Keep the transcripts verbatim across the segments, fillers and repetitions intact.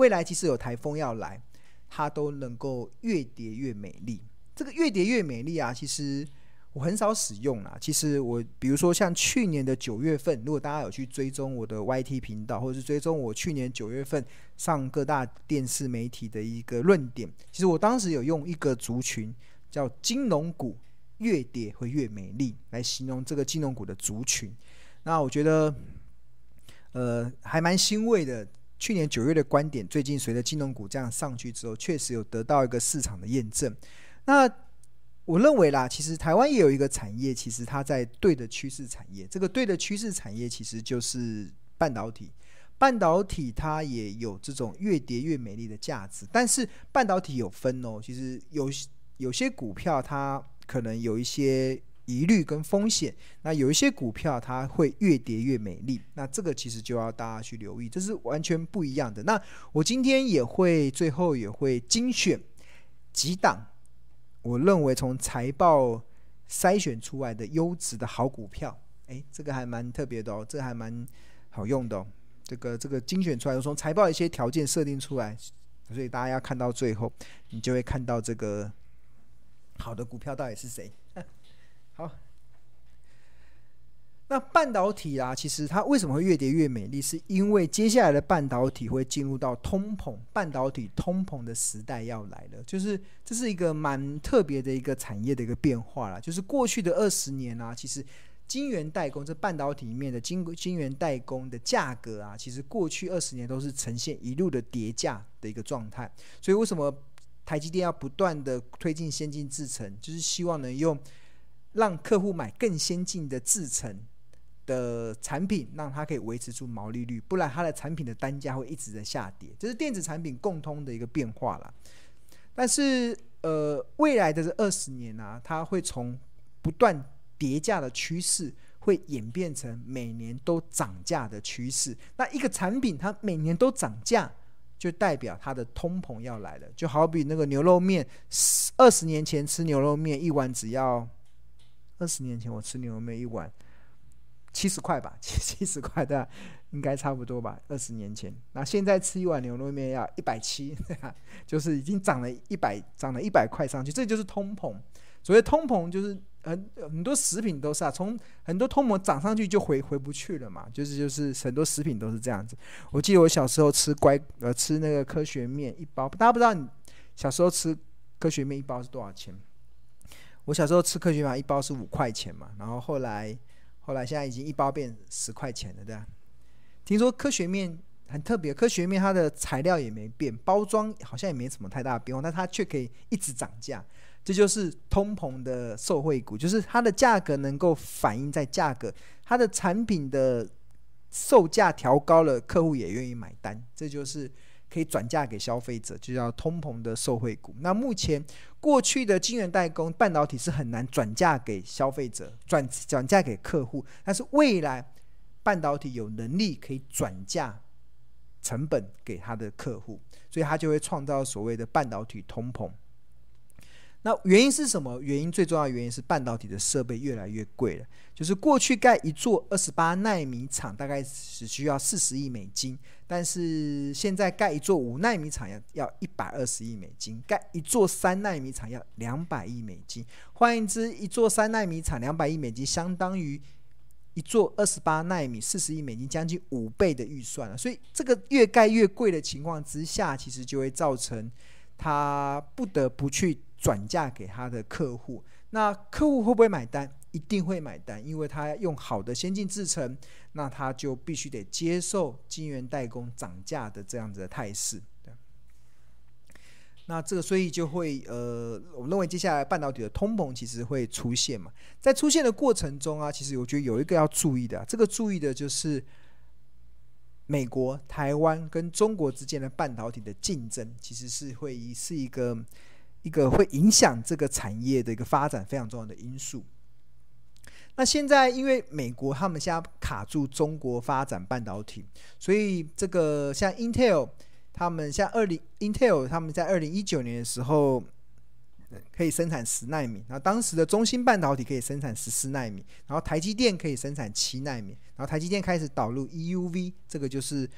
未来即使有台风要来，它都能够越叠越美丽。这个越叠越美丽啊，其实我很少使用啦。其实我比如说像去年的九月份，如果大家有去追踪我的 Y T 频道，或者是追踪我去年九月份上各大电视媒体的一个论点，其实我当时有用一个族群叫金融股越跌会越美丽来形容这个金融股的族群。那我觉得呃还蛮欣慰的，去年九月的观点最近随着金融股这样上去之后，确实有得到一个市场的验证。那我认为啦，其实台湾也有一个产业，其实它在对的趋势产业，这个对的趋势产业其实就是半导体。半导体它也有这种越跌越美丽的价值，但是半导体有分哦，其实有有些股票它可能有一些疑虑跟风险，那有一些股票它会越跌越美丽，那这个其实就要大家去留意，这是完全不一样的。那我今天也会最后也会精选几档我认为从财报筛选出来的优质的好股票，诶，这个还蛮特别的哦，这个还蛮好用的哦。这个这个精选出来，从财报一些条件设定出来，所以大家要看到最后，你就会看到这个好的股票到底是谁。好，那半导体啦，其实它为什么会越跌越美丽，是因为接下来的半导体会进入到通膨，半导体通膨的时代要来了，就是这是一个蛮特别的一个产业的一个变化啦。就是过去的二十年啊，其实晶圆代工这半导体里面的晶晶圆代工的价格啊，其实过去二十年都是呈现一路的跌价的一个状态。所以为什么台积电要不断的推进先进制程，就是希望能用让客户买更先进的制程的产品，让它可以维持住毛利率，不然它的产品的单价会一直在下跌，这是电子产品共通的一个变化啦。但是呃，未来的这二十年啊，它会从不断跌价的趋势，会演变成每年都涨价的趋势。那一个产品它每年都涨价，就代表它的通膨要来了。就好比那个牛肉面，二十年前吃牛肉面一碗只要，二十年前我吃牛肉面一碗七十块吧，七十块的应该差不多吧。二十年前，那现在吃一碗牛肉面要一百七，就是已经涨了一百，涨了一百块上去，这就是通膨。所谓通膨，就是很很多食品都是啊，从很多通膨涨上去就回回不去了嘛，就是就是很多食品都是这样子。我记得我小时候吃乖呃吃那个科学面一包，大家不知道你小时候吃科学面一包是多少钱？我小时候吃科学面一包是五块钱嘛，然后后来。后来现在已经一包变十块钱了，对吧？听说科学面很特别，科学面它的材料也没变，包装好像也没什么太大的变化，但它却可以一直涨价，这就是通膨的受惠股，就是它的价格能够反映在价格，它的产品的售价调高了，客户也愿意买单，这就是可以转嫁给消费者，就叫通膨的受惠股。那目前过去的晶圆代工半导体是很难转嫁给消费者， 转, 转嫁给客户，但是未来半导体有能力可以转嫁成本给他的客户，所以他就会创造所谓的半导体通膨。那原因是什么？原因最重要的原因是半导体的设备越来越贵了。就是过去盖一座二十八奈米厂大概只需要四十亿美金，但是现在盖一座五奈米厂要要一百二十亿美金，盖一座三奈米厂要两百亿美金。换言之，一座三奈米厂两百亿美金，相当于一座二十八奈米四十亿美金，将近五倍的预算了。所以这个越盖越贵的情况之下，其实就会造成他不得不去转嫁给他的客户。那客户会不会买单？一定会买单，因为他用好的先进制程，那他就必须得接受晶圆代工涨价的这样子的态势。那这个所以就会呃，我们认为接下来半导体的通膨其实会出现嘛。在出现的过程中啊，其实我觉得有一个要注意的、啊，这个注意的就是美国、台湾跟中国之间的半导体的竞争，其实是会是一个一个会影响这个产业的一个发展非常重要的因素。那现在因为美国他们现在卡住中国发展半导体，所以这个像 Intel 他们像二零 Intel 他们在二零一九年的时候可以生产十奈米，然后当时的中芯半导体可以生产十四奈米，然后台积电可以生产七奈米，然后台积电开始导入 E U V， 这个就是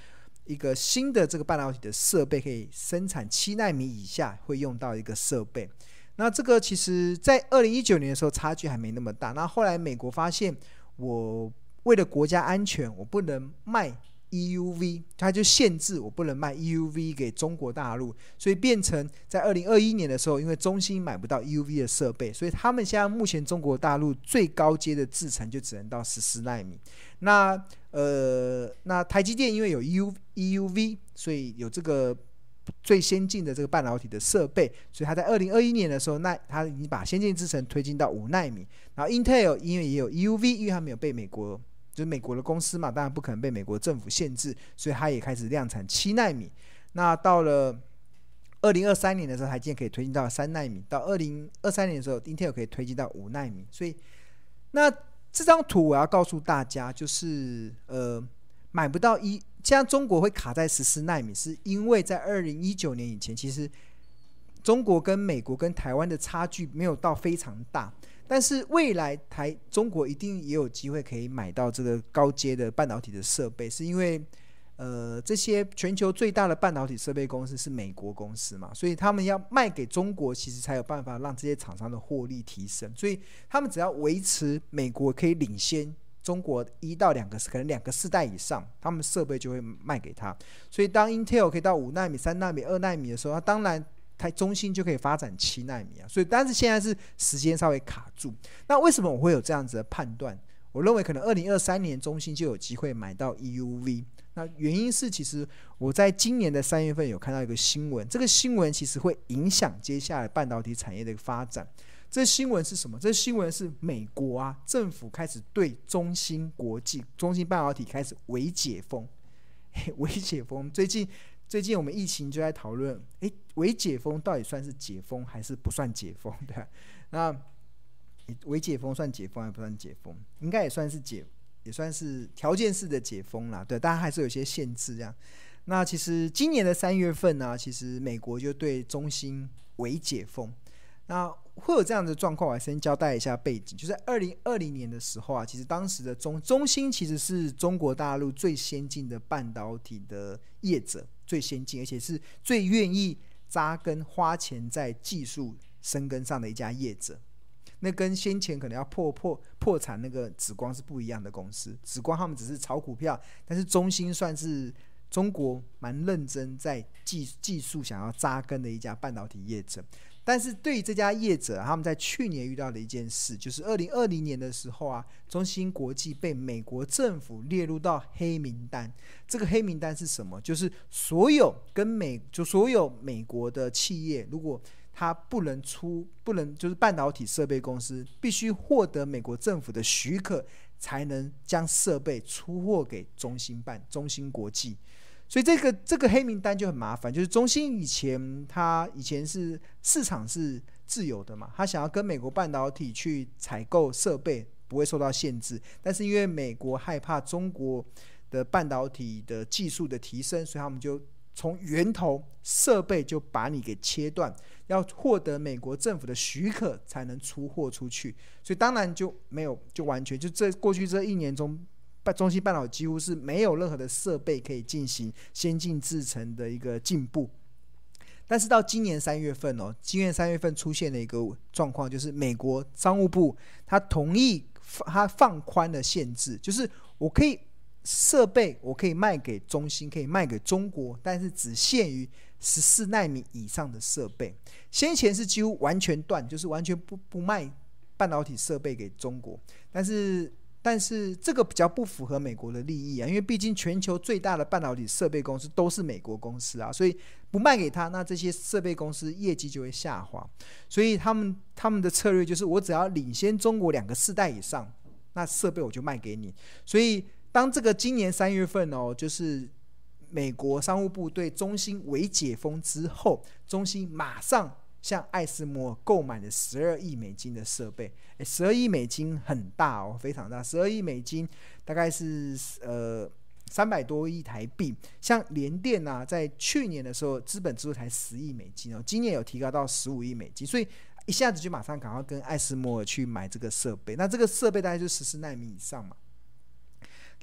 一个新的这个半导体的设备，可以生产七奈米以下会用到一个设备。那这个其实在二零一九年的时候差距还没那么大，那后来美国发现我为了国家安全我不能卖 E U V， 它就限制我不能卖 E U V 给中国大陆，所以变成在二零二一年的时候，因为中芯买不到 E U V 的设备，所以他们现在目前中国大陆最高阶的制程就只能到十四奈米。那呃，那台积电因为有 E U V， 所以有这个最先进的这个半导体的设备，所以它在二零二一年的时候，那它已经把先进制程推进到五奈米。然后 Intel 因为也有 E U V， 因为它没有被美国就是美国的公司嘛，当然不可能被美国政府限制，所以它也开始量产七奈米。那到了二零二三年的时候，台积电可以推进到三奈米，到二零二三年的时候 Intel 可以推进到五奈米。所以那这张图我要告诉大家，就是呃买不到一，现在中国会卡在十四奈米，是因为在二零一九年以前，其实中国跟美国跟台湾的差距没有到非常大，但是未来台中国一定也有机会可以买到这个高阶的半导体的设备，是因为呃这些全球最大的半导体设备公司是美国公司嘛，所以他们要卖给中国，其实才有办法让这些厂商的获利提升，所以他们只要维持美国可以领先中国一到两个可能两个世代以上，他们设备就会卖给他。所以当 Intel 可以到五奈米、三奈米、二奈米的时候，它当然台中芯就可以发展七奈米啊。所以但是现在是时间稍微卡住。那为什么我会有这样子的判断？我认为可能二零二三年中芯就有机会买到 E U V。那原因是其实我在今年的三月份有看到一个新闻，这个新闻其实会影响接下来半导体产业的发展。这新闻是什么？这新闻是美国啊政府开始对中芯国际、中芯半导体开始微解封。微解封，最近最近我们疫情就在讨论，哎，微解封到底算是解封还是不算解封？对吧？那微解封算解封还是不算解封？应该也算是解，也算是条件式的解封啦。对，但还是有些限制这样。那其实今年的三月份呢、啊，其实美国就对中芯微解封。那会有这样的状况，我先交代一下背景，就是在二零二零年的时候啊，其实当时的中中芯其实是中国大陆最先进的半导体的业者，最先进，而且是最愿意扎根花钱在技术深耕上的一家业者。那跟先前可能要破破破产那个紫光是不一样的公司，紫光他们只是炒股票，但是中芯算是中国蛮认真在 技, 技术想要扎根的一家半导体业者。但是对于这家业者，他们在去年遇到的一件事，就是二零二零年的时候啊，中芯国际被美国政府列入到黑名单。这个黑名单是什么？就是所有跟美就所有美国的企业，如果它不能出不能就是半导体设备公司，必须获得美国政府的许可，才能将设备出货给中芯半中芯国际。所以这个这个黑名单就很麻烦，就是中芯以前它以前是市场是自由的嘛，它想要跟美国半导体去采购设备不会受到限制，但是因为美国害怕中国的半导体的技术的提升，所以他们就从源头设备就把你给切断，要获得美国政府的许可才能出货出去，所以当然就没有就完全就这过去这一年中。中芯半导体几乎是没有任何的设备可以进行先进制程的一个进步，但是到今年三月份哦，今年三月份出现了一个状况，就是美国商务部他同意他放宽了限制，就是我可以设备我可以卖给中芯，可以卖给中国，但是只限于十四奈米以上的设备。先前是几乎完全断，就是完全不不卖半导体设备给中国，但是。但是这个比较不符合美国的利益啊，因为毕竟全球最大的半导体设备公司都是美国公司啊，所以不卖给他，那这些设备公司业绩就会下滑。所以他们他们的策略就是，我只要领先中国两个世代以上，那设备我就卖给你。所以当这个今年三月份哦，就是美国商务部对中芯微解封之后，中芯马上向艾斯摩尔购买了十二亿美金的设备，十二亿美金很大哦，非常大，十二亿美金大概是呃三百多亿台币。像联电啊，在去年的时候资本支出才十亿美金哦，今年有提高到十五亿美金，所以一下子就马上赶快跟艾斯摩尔去买这个设备。那这个设备大概就十四奈米以上嘛。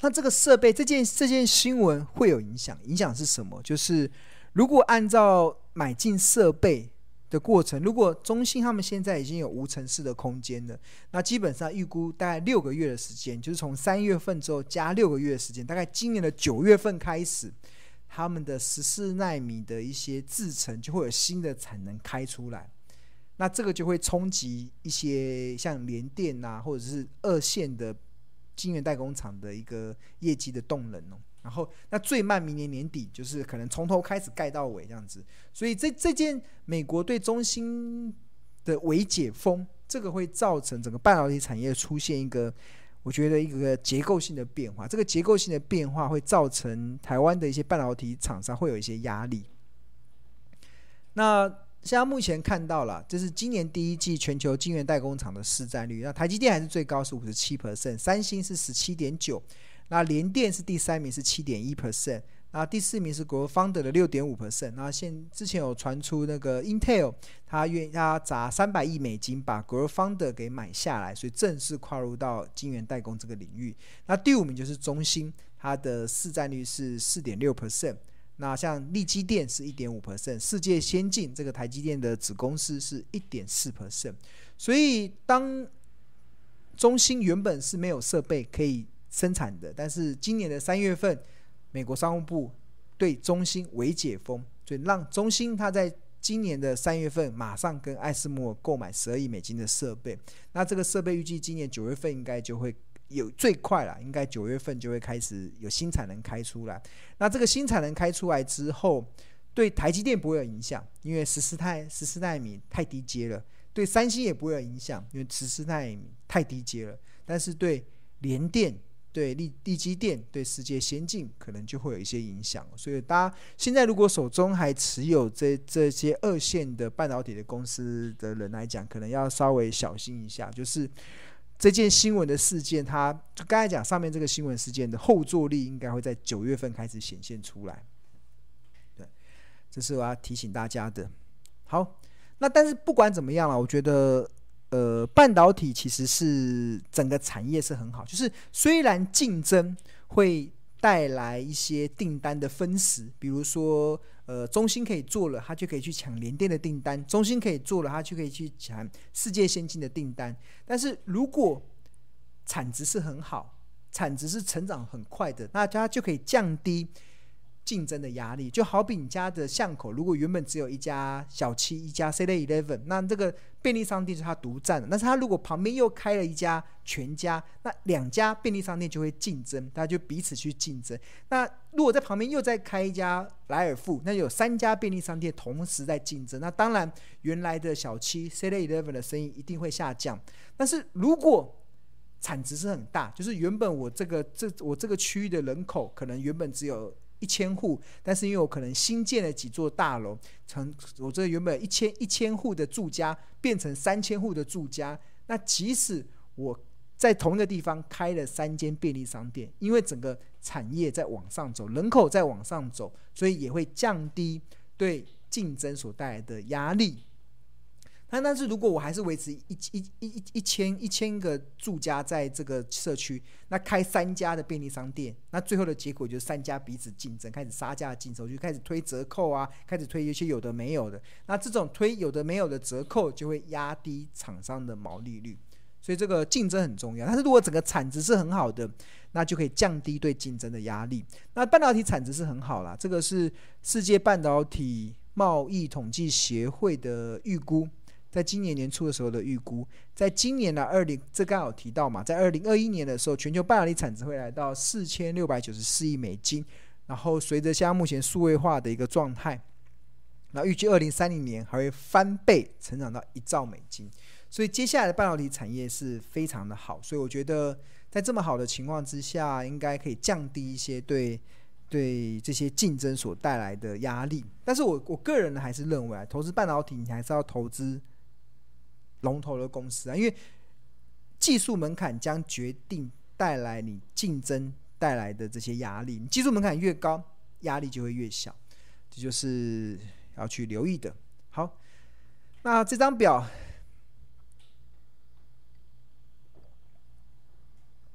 那这个设备这件这件新闻会有影响，影响是什么？就是如果按照买进设备的过程，如果中兴他们现在已经有无尘室的空间了，那基本上预估大概六个月的时间，就是从三月份之后加六个月的时间，大概今年的九月份开始，他们的十四奈米的一些制程就会有新的产能开出来。那这个就会冲击一些像联电啊，或者是二线的晶圆代工厂的一个业绩的动能哦。然后那最慢明年年底，就是可能从头开始盖到尾这样子。所以这这件美国对中芯的微解封，这个会造成整个半导体产业出现一个，我觉得一个结构性的变化。这个结构性的变化会造成台湾的一些半导体厂商会有一些压力。那现在目前看到了，这是今年第一季全球晶圆代工厂的市占率。那台积电还是最高，是 百分之五十七， 三星是 十七点九， 那联电是第三名，是 七点一， 那第四名是 GlobalFoundries 的 六点五。 那现之前有传出那个 Intel 他愿他砸三百亿美金把 GlobalFoundries 给买下来，所以正式跨入到晶圆代工这个领域。那第五名就是中芯，它的市占率是 四点六。那像力积电是 一点五， 世界先进这个台积电的子公司是 一点四。 所以当中芯原本是没有设备可以生产的，但是今年的三月份美国商务部对中芯微解封，所以让中芯它在今年的三月份马上跟艾斯摩尔购买十二亿美金的设备。那这个设备预计今年九月份应该就会有，最快啦，应该九月份就会开始有新产能开出来。那这个新产能开出来之后，对台积电不会有影响，因为十四奈十四奈米太低阶了；对三星也不会有影响，因为十四奈米太低阶了。但是对联电、对力力积电、对世界先进可能就会有一些影响。所以大家现在如果手中还持有这这些二线的半导体的公司的人来讲，可能要稍微小心一下，就是这件新闻的事件，它就刚才讲上面这个新闻事件的后坐力应该会在九月份开始显现出来。对，这是我要提醒大家的。好，那但是不管怎么样啦，我觉得呃，半导体其实是整个产业是很好，就是虽然竞争会带来一些订单的分食，比如说呃，中芯可以做了，它就可以去抢联电的订单；中芯可以做了，它就可以去抢世界先进的订单。但是如果产值是很好，产值是成长很快的，那它就可以降低竞争的压力。就好比你家的巷口，如果原本只有一家小七、一家 seven eleven， 那这个便利商店是它独占的。但是它如果旁边又开了一家全家，那两家便利商店就会竞争，大家就彼此去竞争。那如果在旁边又再开一家莱尔富，那有三家便利商店同时在竞争，那当然原来的小七 seven eleven 的生意一定会下降。但是如果产值是很大，就是原本我这个这我这个区域的人口可能原本只有一千户，但是因为我可能新建了几座大楼，从我这原本一千一千户的住家变成三千户的住家，那即使我在同一个地方开了三间便利商店，因为整个产业在往上走，人口在往上走，所以也会降低对竞争所带来的压力。那但是如果我还是维持一一一一千一千个住家在这个社区，那开三家的便利商店，那最后的结果就是三家彼此竞争，开始杀价竞争，就开始推折扣啊，开始推一些有的没有的。那这种推有的没有的折扣，就会压低厂商的毛利率。所以这个竞争很重要。但是如果整个产值是很好的，那就可以降低对竞争的压力。那半导体产值是很好啦，这个是世界半导体贸易统计协会的预估。在今年年初的时候的预估，在今年呢、啊，二零这刚好提到嘛，在二零二一年的时候，全球半导体产值会来到四千六百九十四亿美金，然后随着现在目前数位化的一个状态，那预计二零三零年还会翻倍成长到一兆美金，所以接下来的半导体产业是非常的好，所以我觉得在这么好的情况之下，应该可以降低一些对。对这些竞争所带来的压力，但是我我个人还是认为啊，投资半导体你还是要投资龙头的公司啊，因为技术门槛将决定带来你竞争带来的这些压力，你技术门槛越高，压力就会越小，这就是要去留意的。好，那这张表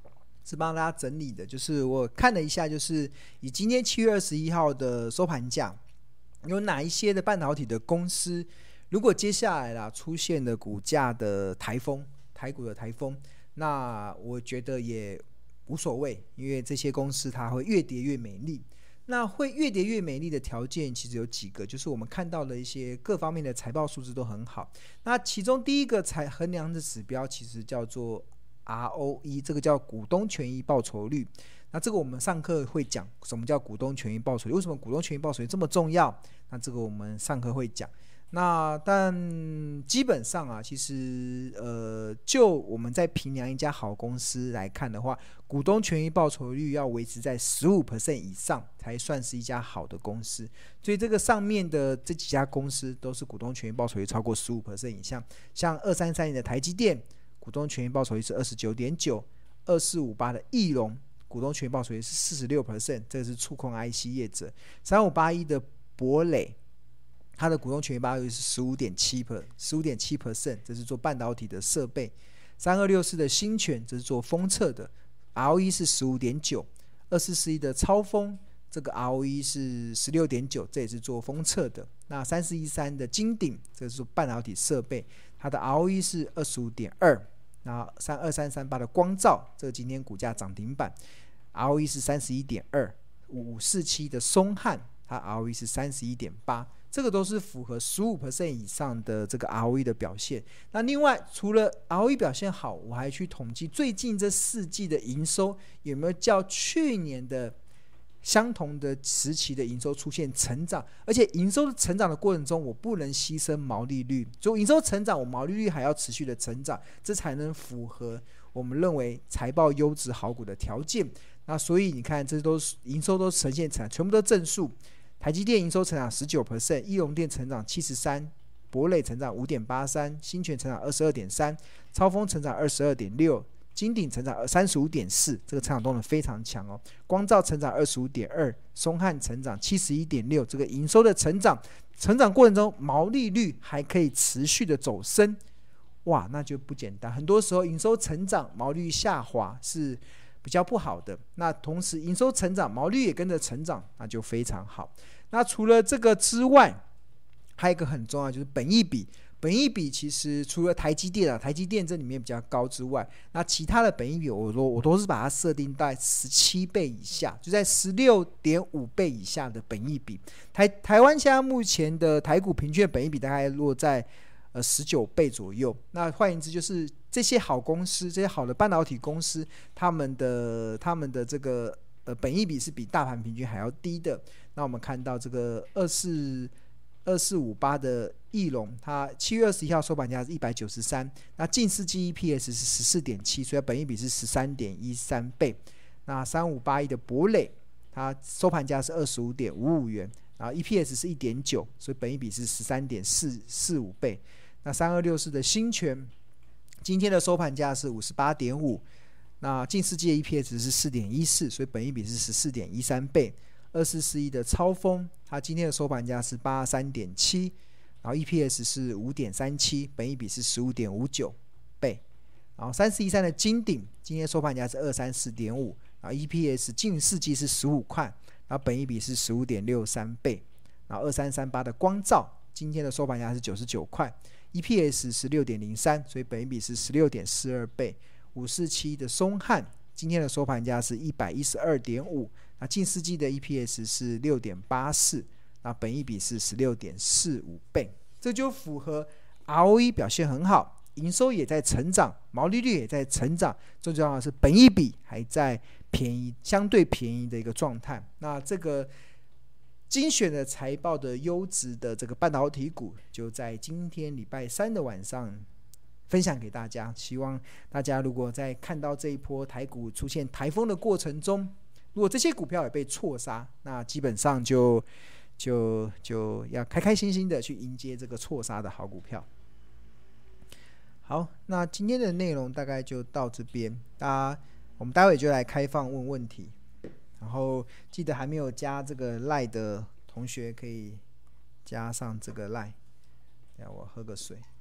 是帮大家整理的，就是我看了一下，就是以今天七月二十一号的收盘价，有哪一些的半导体的公司，如果接下来啦出现了股价的台风，台股的台风，那我觉得也无所谓，因为这些公司它会越跌越美丽。那会越跌越美丽的条件其实有几个，就是我们看到的一些各方面的财报数字都很好。那其中第一个才衡量的指标其实叫做 R O E， 这个叫股东权益报酬率。那这个我们上课会讲什么叫股东权益报酬率，为什么股东权益报酬率这么重要，那这个我们上课会讲。那但基本上啊，其实呃，就我们在评量一家好公司来看的话，股东权益报酬率要维持在 百分之十五 以上才算是一家好的公司。所以这个上面的这几家公司都是股东权益报酬率超过 百分之十五 以上，像二三三零的台积电股东权益报酬率是 二十九点九， 二四五八的义隆股东权益报酬率是 百分之四十六， 这个是触控 I C 业者。三五八一的博磊它的股东权益报酬率是 十五点七 十五点七 这是做半导体的设备。三二六四的新泉这是做封测的， R O E 是 十五点九。 二四四一的超丰这个 R O E 是 十六点九， 这也是做封测的。那三四一三的金鼎这是做半导体设备，它的 R O E 是 二十五点二。 那三二三三八的光罩这个今天股价涨停板， R O E 是 三十一点二。 五四七的松汉它 R O E 是 三十一点八，这个都是符合 百分之十五 以上的这个 R O E 的表现。那另外除了 R O E 表现好，我还去统计最近这四季的营收有没有较去年的相同的时期的营收出现成长，而且营收成长的过程中我不能牺牲毛利率，所以营收成长我毛利率还要持续的成长，这才能符合我们认为财报优质好股的条件。那所以你看这都是营收都呈现全部都正数，台积电营收成长 百分之十九， 义隆电成长七十三，博磊成长 五点八三， 新泉成长 二十二点三， 超丰成长 二十二点六， 金鼎成长 三十五点四， 这个成长动能非常强哦。光罩成长 二十五点二， 松汉成长 七十一点六， 这个营收的成长成长过程中毛利率还可以持续的走升，哇，那就不简单。很多时候营收成长毛利率下滑是比较不好的，那同时营收成长毛利率也跟着成长，那就非常好。那除了这个之外，还有一个很重要就是本益比。本益比其实除了台积电啊，台积电这里面比较高之外，那其他的本益比我都我都是把它设定在十七倍以下，就在 十六点五倍以下的本益比。台台湾现在目前的台股平均的本益比大概落在呃十九倍左右。那换言之，就是这些好公司，这些好的半导体公司，他们的他们的这个呃本益比是比大盘平均还要低的。那我们看到这个二四二四五八的义隆，它七月二十一号收盘价是一百九十三，那近四季 E P S 是 十四点七， 所以本益比是 十三点一三倍。那三五八一的博磊，它收盘价是 二十五点五五元，然后 E P S 是 一点九， 所以本益比是 十三点四五倍。那三二六四的新泉，今天的收盘价是 五十八点五， 那近四季的 E P S 是 四点一四， 所以本益比是 十四点一三倍。二四四一的超丰，它今天的收盘价是 八十三点七， 然后 E P S 是 五点三七， 本益比是 十五点五九倍。然后三四一三的金鼎，今天收盘价是 二三四点五， 然后 E P S 近四季是十五块，然后本益比是 十五点六三倍。然后二三三八的光罩，今天的收盘价是九十九块， E P S 是 六点零三， 所以本益比是 十六点四二倍。五四七的松汉，今天的收盘价是 一百一十二点五，那近四季的 E P S 是 六点八四， 那本益比是 十六点四五倍，这就符合 R O E 表现很好，营收也在成长，毛利率也在成长，最重要的是本益比还在便宜，相对便宜的一个状态。那这个精选的财报的优质的这个半导体股，就在今天礼拜三的晚上分享给大家。希望大家如果在看到这一波台股出现台风的过程中，如果这些股票也被错杀，那基本上就就就要开开心心的去迎接这个错杀的好股票。好，那今天的内容大概就到这边，大家我们待会就来开放问问题，然后记得还没有加这个 LINE 的同学可以加上这个 LINE。等一下我喝个水。